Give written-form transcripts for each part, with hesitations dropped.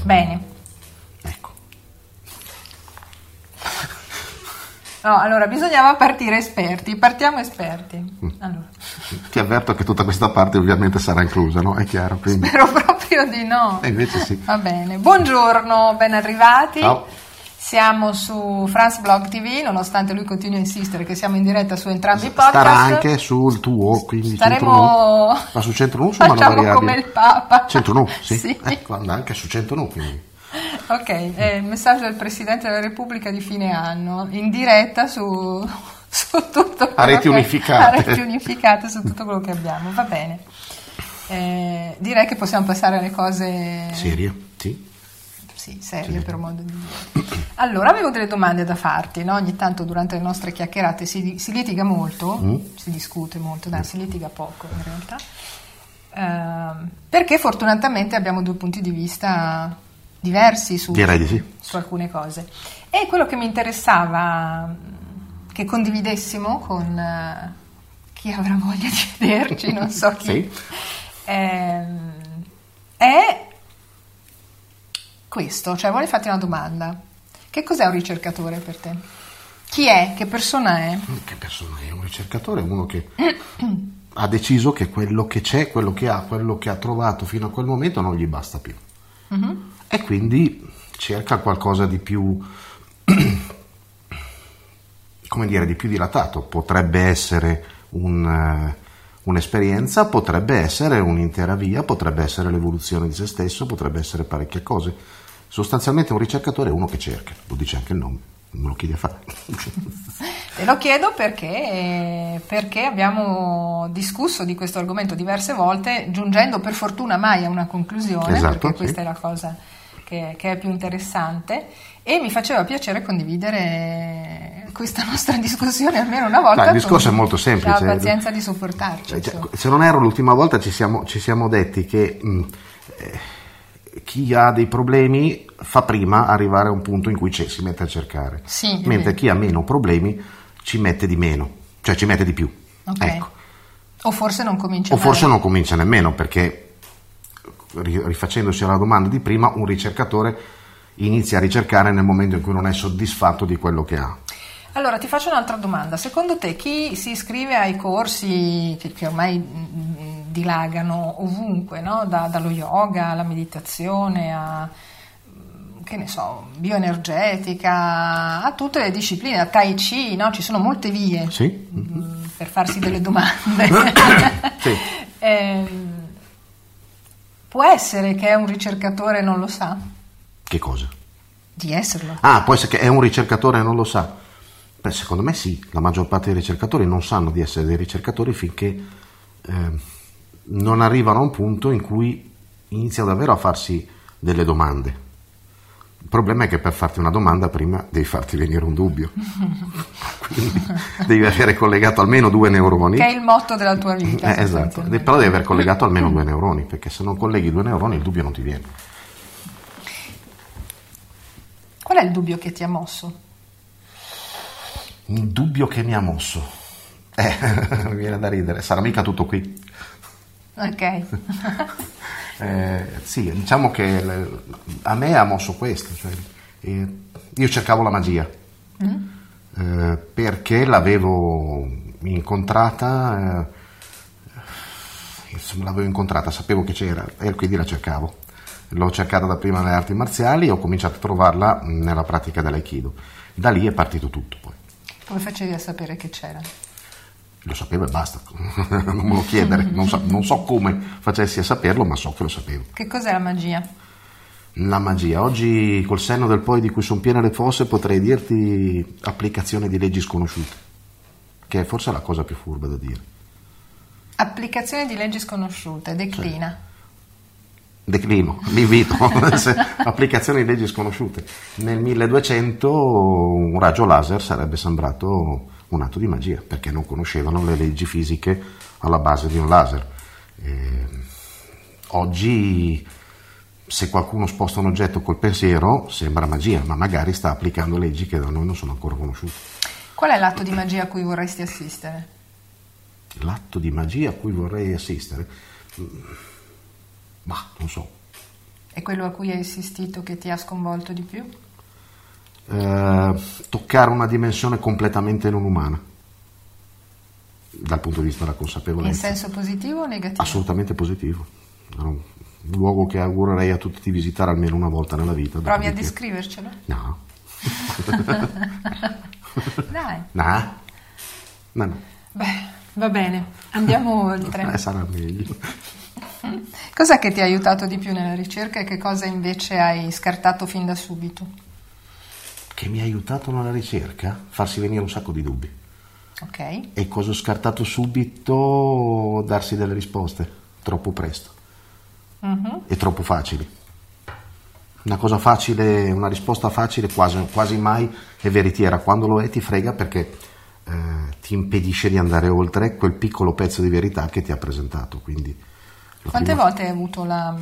Bene. Ecco. No, allora bisognava partire esperti, partiamo esperti. Allora. Ti avverto che tutta questa parte ovviamente sarà inclusa, no? È chiaro. Quindi... Spero proprio di no. E invece sì. Va bene. Buongiorno, ben arrivati. Ciao. Siamo su France Blog TV, nonostante lui continui a insistere che siamo in diretta su entrambi i podcast. Starà anche sul tuo, quindi staremo... Ma su 100 nu, su facciamo come il Papa. 100 nu, sì. Sì. Ecco, anda anche su 100 nu, quindi. Ok, il messaggio del Presidente della Repubblica di fine anno, in diretta su tutto a reti unificate. A reti unificate su tutto quello che abbiamo, va bene. Direi che possiamo passare alle cose... Serie, sì. Sì, serie per modo di dire. Allora, avevo delle domande da farti, no? Ogni tanto durante le nostre chiacchierate si litiga molto, si discute molto, dai, si litiga poco in realtà, perché fortunatamente abbiamo due punti di vista diversi su alcune cose. E quello che mi interessava che condividessimo con chi avrà voglia di vederci, non so chi, sì. È questo, cioè voglio farti una domanda. Che cos'è un ricercatore per te? Chi è? Che persona è? Che persona è? Un ricercatore è uno che ha deciso che quello che c'è, quello che ha trovato fino a quel momento non gli basta più. E quindi cerca qualcosa di più, come dire, di più dilatato. Potrebbe essere un'esperienza, potrebbe essere un'intera via, potrebbe essere l'evoluzione di se stesso, potrebbe essere parecchie cose. Sostanzialmente un ricercatore è uno che cerca, lo dice anche il nome, non me lo chiedi a fare. Te lo chiedo perché abbiamo discusso di questo argomento diverse volte, giungendo per fortuna mai a una conclusione, esatto, perché questa è la cosa che è più interessante, e mi faceva piacere condividere questa nostra discussione almeno una volta. Il discorso è molto semplice. La pazienza di sopportarci. Se non erro, l'ultima volta ci siamo detti che chi ha dei problemi fa prima arrivare a un punto in cui si mette a cercare, sì, mentre chi ha meno problemi ci mette di meno, cioè ci mette di più. Okay. Ecco. O forse non comincia non comincia nemmeno, perché rifacendosi alla domanda di prima, un ricercatore inizia a ricercare nel momento in cui non è soddisfatto di quello che ha. Allora ti faccio un'altra domanda: secondo te chi si iscrive ai corsi che ormai dilagano ovunque, no? Dallo yoga alla meditazione a, che ne so, bioenergetica, a tutte le discipline, a Tai Chi, no? Ci sono molte vie per farsi delle domande. Sì. Può essere che è un ricercatore e non lo sa? Che cosa? Di esserlo. Può essere che è un ricercatore e non lo sa? Beh, secondo me sì, la maggior parte dei ricercatori non sanno di essere dei ricercatori finché non arrivano a un punto in cui iniziano davvero a farsi delle domande. Il problema è che per farti una domanda prima devi farti venire un dubbio, quindi devi avere collegato almeno 2 neuroni, che è il motto della tua vita. Esatto, però devi aver collegato almeno 2 neuroni, perché se non colleghi 2 neuroni il dubbio non ti viene. Qual è il dubbio che ti ha mosso? Il dubbio che mi ha mosso mi viene da ridere, sarà mica tutto qui. Ok. Sì, diciamo che a me ha mosso questo, cioè, io cercavo la magia, perché l'avevo incontrata, sapevo che c'era e quindi la cercavo. L'ho cercata da prima nelle arti marziali e ho cominciato a trovarla nella pratica dell'aikido. Da lì è partito tutto poi. Come facevi a sapere che c'era? Lo sapevo e basta, non me lo chiedere, non so come facessi a saperlo, ma so che lo sapevo. Che cos'è la magia? La magia, oggi col senno del poi di cui sono piene le fosse potrei dirti applicazione di leggi sconosciute, che è forse la cosa più furba da dire. Applicazione di leggi sconosciute, declina. Sì. Declino, vi invito. Applicazione di leggi sconosciute. Nel 1200 un raggio laser sarebbe sembrato un atto di magia, perché non conoscevano le leggi fisiche alla base di un laser. Oggi se qualcuno sposta un oggetto col pensiero sembra magia, ma magari sta applicando leggi che da noi non sono ancora conosciute. Qual è l'atto di magia a cui vorresti assistere? L'atto di magia a cui vorrei assistere? Ma non so. E quello a cui hai assistito che ti ha sconvolto di più? Toccare una dimensione completamente non umana dal punto di vista della consapevolezza. In senso positivo o negativo? Assolutamente positivo. È un luogo che augurerei a tutti di visitare almeno una volta nella vita. Provi a descrivercelo? No. Dai. No. Beh, va bene, andiamo oltre. Sarà meglio. Cos'è che ti ha aiutato di più nella ricerca e che cosa invece hai scartato fin da subito? Che mi ha aiutato nella ricerca? Farsi venire un sacco di dubbi. Ok. E cosa ho scartato subito? Darsi delle risposte troppo presto e troppo facili. Una cosa facile, una risposta facile quasi mai è veritiera. Quando lo è ti frega perché ti impedisce di andare oltre quel piccolo pezzo di verità che ti ha presentato. Quindi, quante volte hai avuto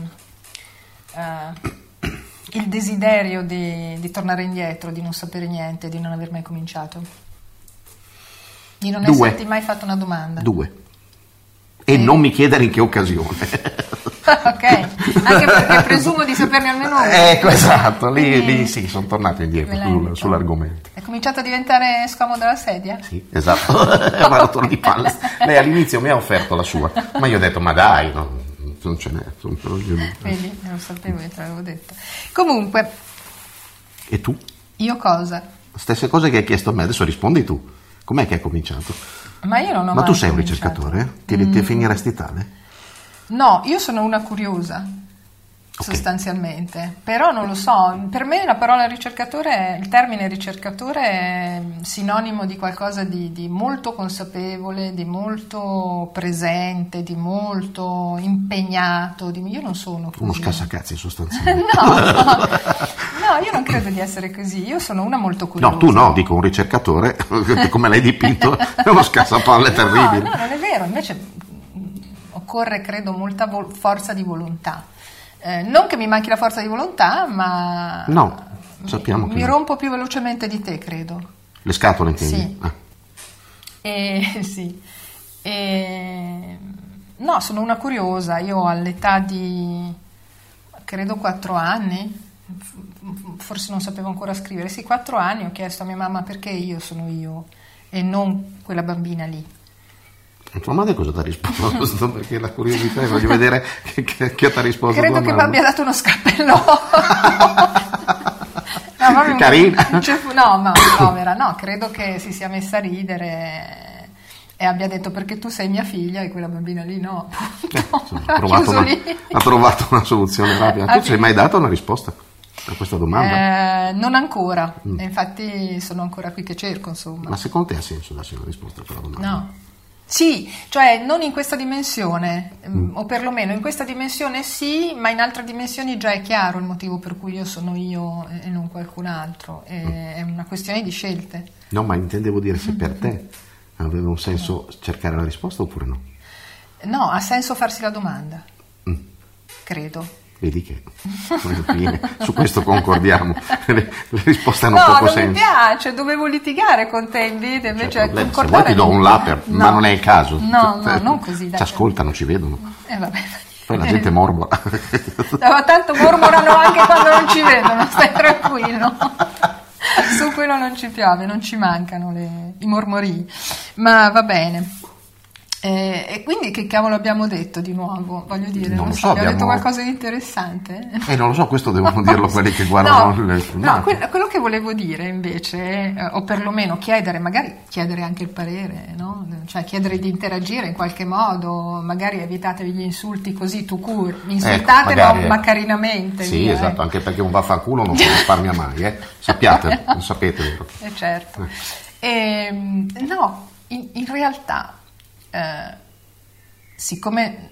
il desiderio di tornare indietro, di non sapere niente, di non aver mai cominciato? Di non esserti mai fatto una domanda? 2. E non mi chiedere in che occasione. Ok, anche perché presumo di saperne almeno uno. Ecco, esatto, lì sì, sono tornato indietro sull'argomento. È cominciato a diventare scomoda la sedia? Sì, esatto, è una rottura di palle. Lei all'inizio mi ha offerto la sua, ma io ho detto, ma dai, no, non ce n'è. Vedi, non lo sapevo, io te l'avevo detto. Comunque. E tu? Io cosa? Stesse cose che hai chiesto a me, adesso rispondi tu. Com'è che hai cominciato? Ma io non ho Ma mai tu sei un cominciato. ricercatore? Ti finiresti tale? No, io sono una curiosa, sostanzialmente, però non lo so, per me la parola ricercatore, il termine ricercatore è sinonimo di qualcosa di molto consapevole, di molto presente, di molto impegnato, io non sono così. Uno scassacazzi sostanzialmente. No, io non credo di essere così, io sono una molto curiosa. No, tu no, dico un ricercatore, come l'hai dipinto, è uno scassapalle terribile. No, non è vero, invece occorre, credo, molta forza di volontà. Non che mi manchi la forza di volontà, ma no, sappiamo mi rompo più velocemente di te, credo. Le scatole, intendi? Sì. Sì. No, sono una curiosa. Io all'età di, credo, 4 anni, forse non sapevo ancora scrivere, sì, 4 anni, ho chiesto a mia mamma perché io sono io e non quella bambina lì. E tua madre cosa ti ha risposto? Perché la curiosità è, voglio vedere che ti ha risposto. Credo che mi abbia dato uno scappellone. No, carina. No, ma povera, no, credo che si sia messa a ridere e abbia detto perché tu sei mia figlia e quella bambina lì no. Ha trovato una soluzione rapida. Tu ci hai mai dato una risposta a questa domanda? Non ancora, infatti sono ancora qui che cerco, insomma. Ma secondo te ha senso darsi una risposta a quella domanda? No. Sì, cioè non in questa dimensione, o perlomeno in questa dimensione sì, ma in altre dimensioni già è chiaro il motivo per cui io sono io e non qualcun altro, è una questione di scelte. No, ma intendevo dire se per te aveva un senso cercare la risposta oppure no? No, ha senso farsi la domanda, credo. Vedi che su questo concordiamo, le risposte hanno poco senso. No, non mi piace, dovevo litigare con te invece se vuoi ti do un laper, no. Ma non è il caso. No, non così. Dai. Ci ascoltano, ci vedono. Vabbè. Poi la gente mormora. Ma tanto mormorano anche quando non ci vedono, stai tranquillo. Su quello non ci piove, non ci mancano i mormorii. Ma va bene. E quindi che cavolo abbiamo detto di nuovo? Voglio dire, non lo so, abbiamo detto qualcosa di interessante? Non lo so, questo devono dirlo quelli che guardano no, quello che volevo dire invece, o perlomeno magari chiedere anche il parere, no? Cioè chiedere di interagire in qualche modo, magari evitatevi gli insulti così tout court, insultate ma carinamente. Sì, via, esatto, anche perché un vaffanculo non si risparmia mai, sappiate, lo sapete, vero? Certo. No, in realtà siccome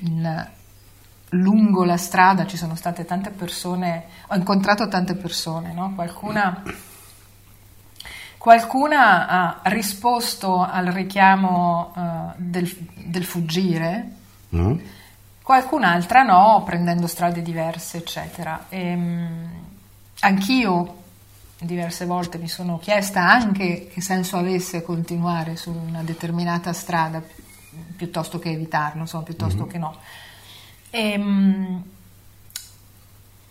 lungo la strada ci sono state tante persone, ho incontrato tante persone, no? Qualcuna ha risposto al richiamo del fuggire, qualcun'altra no, prendendo strade diverse, eccetera. Anch'io diverse volte mi sono chiesta anche che senso avesse continuare su una determinata strada piuttosto che evitarlo, insomma, piuttosto che no.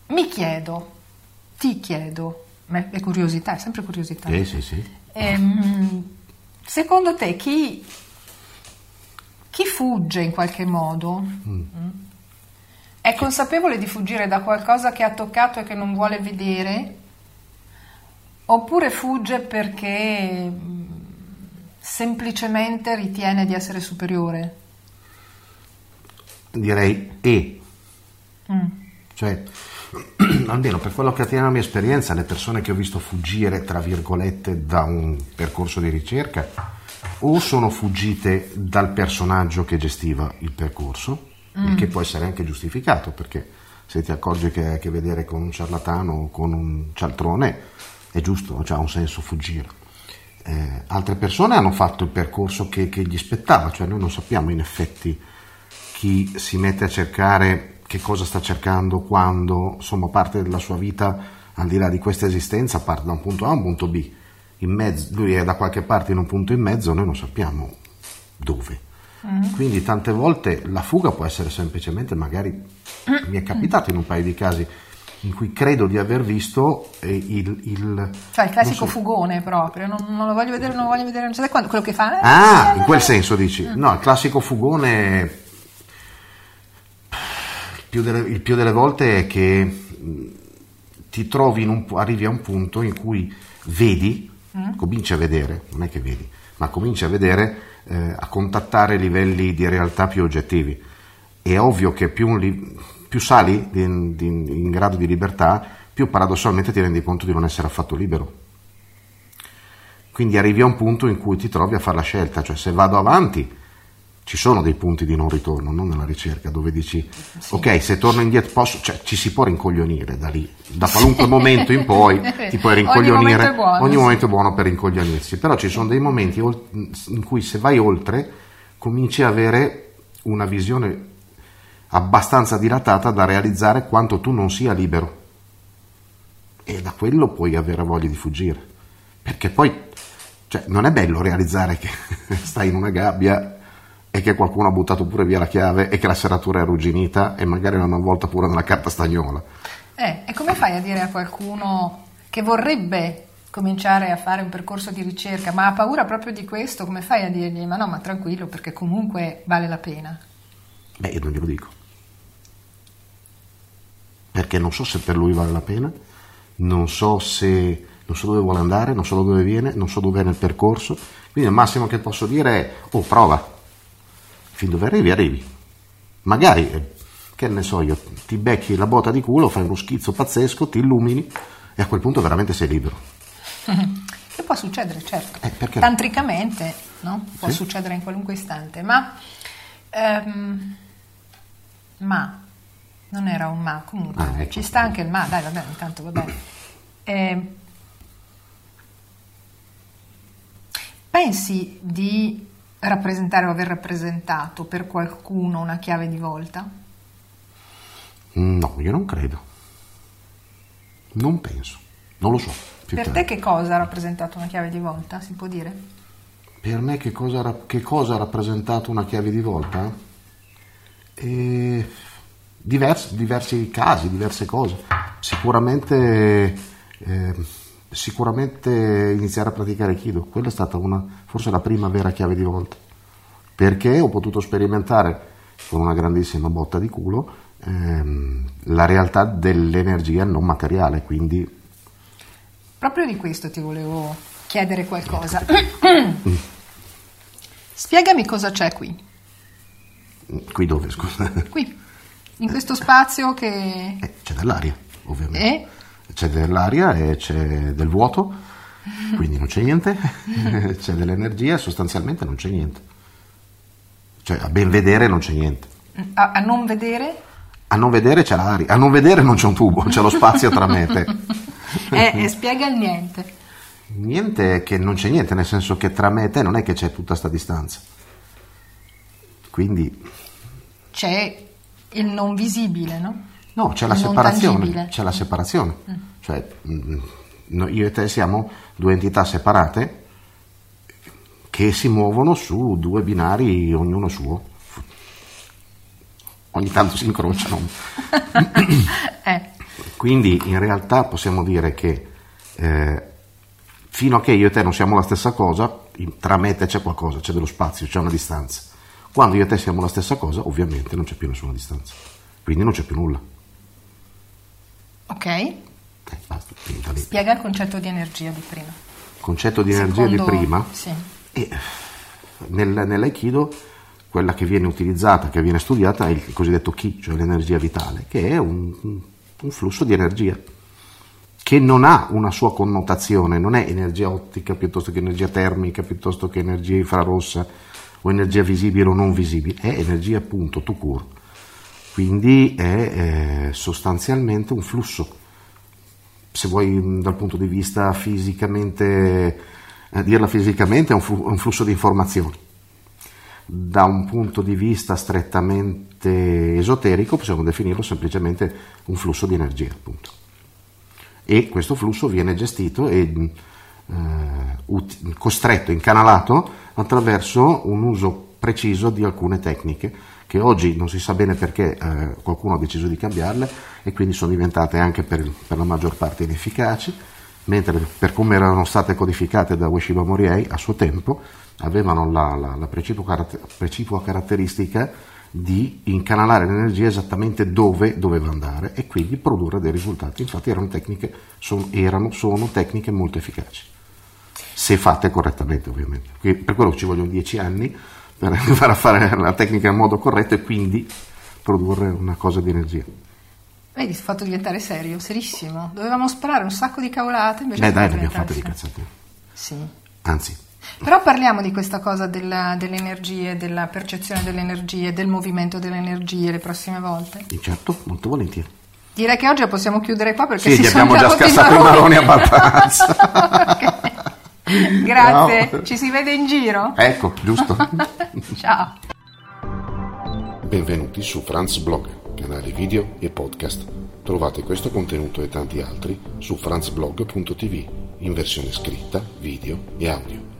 mi chiedo, ti chiedo, è curiosità, è sempre curiosità. Sì. Secondo te chi fugge in qualche modo è consapevole di fuggire da qualcosa che ha toccato e che non vuole vedere, oppure fugge perché semplicemente ritiene di essere superiore? Direi cioè almeno per quello che attiene alla mia esperienza, le persone che ho visto fuggire tra virgolette da un percorso di ricerca o sono fuggite dal personaggio che gestiva il percorso, il che può essere anche giustificato, perché se ti accorgi che hai a che vedere con un ciarlatano o con un cialtrone è giusto, ha un senso fuggire. Altre persone hanno fatto il percorso che gli spettava, cioè noi non sappiamo in effetti chi si mette a cercare che cosa sta cercando, quando, insomma, parte della sua vita, al di là di questa esistenza, parte da un punto A a un punto B. In mezzo, lui è da qualche parte in un punto in mezzo, noi non sappiamo dove. Quindi tante volte la fuga può essere semplicemente, magari mi è capitato in un paio di casi in cui credo di aver visto cioè il classico fugone proprio, non lo voglio vedere, non so quando, quello che fa in quel senso dici. No, il classico fugone il più delle volte è che ti trovi arrivi a un punto in cui vedi, cominci a vedere, non è che vedi, ma cominci a vedere, a contattare livelli di realtà più oggettivi. È ovvio che più sali in grado di libertà, più paradossalmente ti rendi conto di non essere affatto libero. Quindi arrivi a un punto in cui ti trovi a fare la scelta, cioè se vado avanti ci sono dei punti di non ritorno, non nella ricerca, dove dici ok, se torno indietro ci si può rincoglionire da lì, da qualunque momento in poi ti puoi rincoglionire, ogni momento è buono per rincoglionirsi, però ci sono dei momenti in cui se vai oltre cominci a avere una visione abbastanza dilatata da realizzare quanto tu non sia libero, e da quello puoi avere voglia di fuggire, perché poi non è bello realizzare che stai in una gabbia e che qualcuno ha buttato pure via la chiave e che la serratura è arrugginita e magari una volta pure nella carta stagnola. E come fai a dire a qualcuno che vorrebbe cominciare a fare un percorso di ricerca ma ha paura proprio di questo, come fai a dirgli ma tranquillo, perché comunque vale la pena? Io non glielo dico, perché non so se per lui vale la pena, non so dove vuole andare, non so da dove viene, non so dove è nel percorso, quindi il massimo che posso dire è prova. Fin dove arrivi. Magari, che ne so io, ti becchi la botta di culo, fai uno schizzo pazzesco, ti illumini e a quel punto veramente sei libero. Che può succedere, certo. Perché? Tantricamente, no? Può succedere in qualunque istante, ma non era un ma, comunque ecco. Ci sta anche il ma, dai, vabbè, intanto vabbè. Pensi di rappresentare o aver rappresentato per qualcuno una chiave di volta? No, io non credo. Non penso. Non lo so. Per te che cosa ha rappresentato una chiave di volta, si può dire? Per me che cosa ha rappresentato una chiave di volta? Diversi casi, diverse cose. Sicuramente iniziare a praticare Aikido, quella è stata forse la prima vera chiave di volta, perché ho potuto sperimentare con una grandissima botta di culo la realtà dell'energia non materiale, quindi proprio di questo ti volevo chiedere qualcosa. Spiegami cosa c'è qui. Qui dove, scusa? Qui, in questo spazio che c'è dell'aria, ovviamente. C'è dell'aria e c'è del vuoto, quindi non c'è niente, c'è dell'energia, sostanzialmente non c'è niente. Cioè a ben vedere non c'è niente. A non vedere? A non vedere c'è l'aria, a non vedere non c'è un tubo, c'è lo spazio tra me e te. Spiega il niente. Niente è che non c'è niente, nel senso che tra me e te non è che c'è tutta sta distanza. Quindi c'è il non visibile, no? No, c'è la separazione, c'è la separazione. Cioè io e te siamo due entità separate che si muovono su due binari, ognuno suo. Ogni tanto si incrociano. Quindi in realtà possiamo dire che fino a che io e te non siamo la stessa cosa, tra me e te c'è qualcosa, c'è dello spazio, c'è una distanza. Quando io e te siamo la stessa cosa, ovviamente non c'è più nessuna distanza, quindi non c'è più nulla. Ok. Basta, spiega il concetto di energia di prima. Concetto di energia di prima? Sì. E nell'Aikido quella che viene utilizzata, che viene studiata è il cosiddetto Ki, cioè l'energia vitale, che è un flusso di energia che non ha una sua connotazione, non è energia ottica piuttosto che energia termica, piuttosto che energia infrarossa o energia visibile o non visibile, è energia appunto tout court. Quindi è sostanzialmente un flusso, se vuoi dal punto di vista fisicamente, dirla fisicamente, è un flusso di informazioni. Da un punto di vista strettamente esoterico possiamo definirlo semplicemente un flusso di energia, appunto. E questo flusso viene gestito e costretto, incanalato attraverso un uso preciso di alcune tecniche che oggi non si sa bene perché qualcuno ha deciso di cambiarle e quindi sono diventate anche per la maggior parte inefficaci, mentre per come erano state codificate da Ueshiba Moriei a suo tempo avevano la precipua caratteristica di incanalare l'energia esattamente dove doveva andare e quindi produrre dei risultati. Infatti sono tecniche molto efficaci, se fatte correttamente ovviamente. Per quello ci vogliono 10 anni per arrivare a fare la tecnica in modo corretto e quindi produrre una cosa di energia. Vedi, si è fatto diventare serio, serissimo. Dovevamo sparare un sacco di cavolate, invece dai, ne abbiamo fatte di cazzate. Sì. Anzi. Però parliamo di questa cosa delle energie, della percezione delle energie, del movimento delle energie le prossime volte? Certo, molto volentieri. Direi che oggi la possiamo chiudere qua perché sì, si sono abbiamo già scassato i maroni abbastanza. Okay. Grazie, no. Ci si vede in giro? Ecco, giusto. Ciao. Benvenuti su Franz Blog, canale video e podcast. Trovate questo contenuto e tanti altri su franzblog.tv in versione scritta, video e audio.